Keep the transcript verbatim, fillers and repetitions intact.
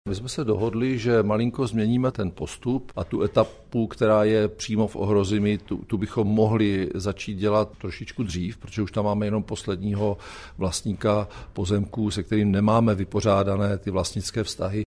My jsme se dohodli, že malinko změníme ten postup a tu etapu, která je přímo v Ohrozimi, tu, tu bychom mohli začít dělat trošičku dřív, protože už tam máme jenom posledního vlastníka pozemků, se kterým nemáme vypořádané ty vlastnické vztahy.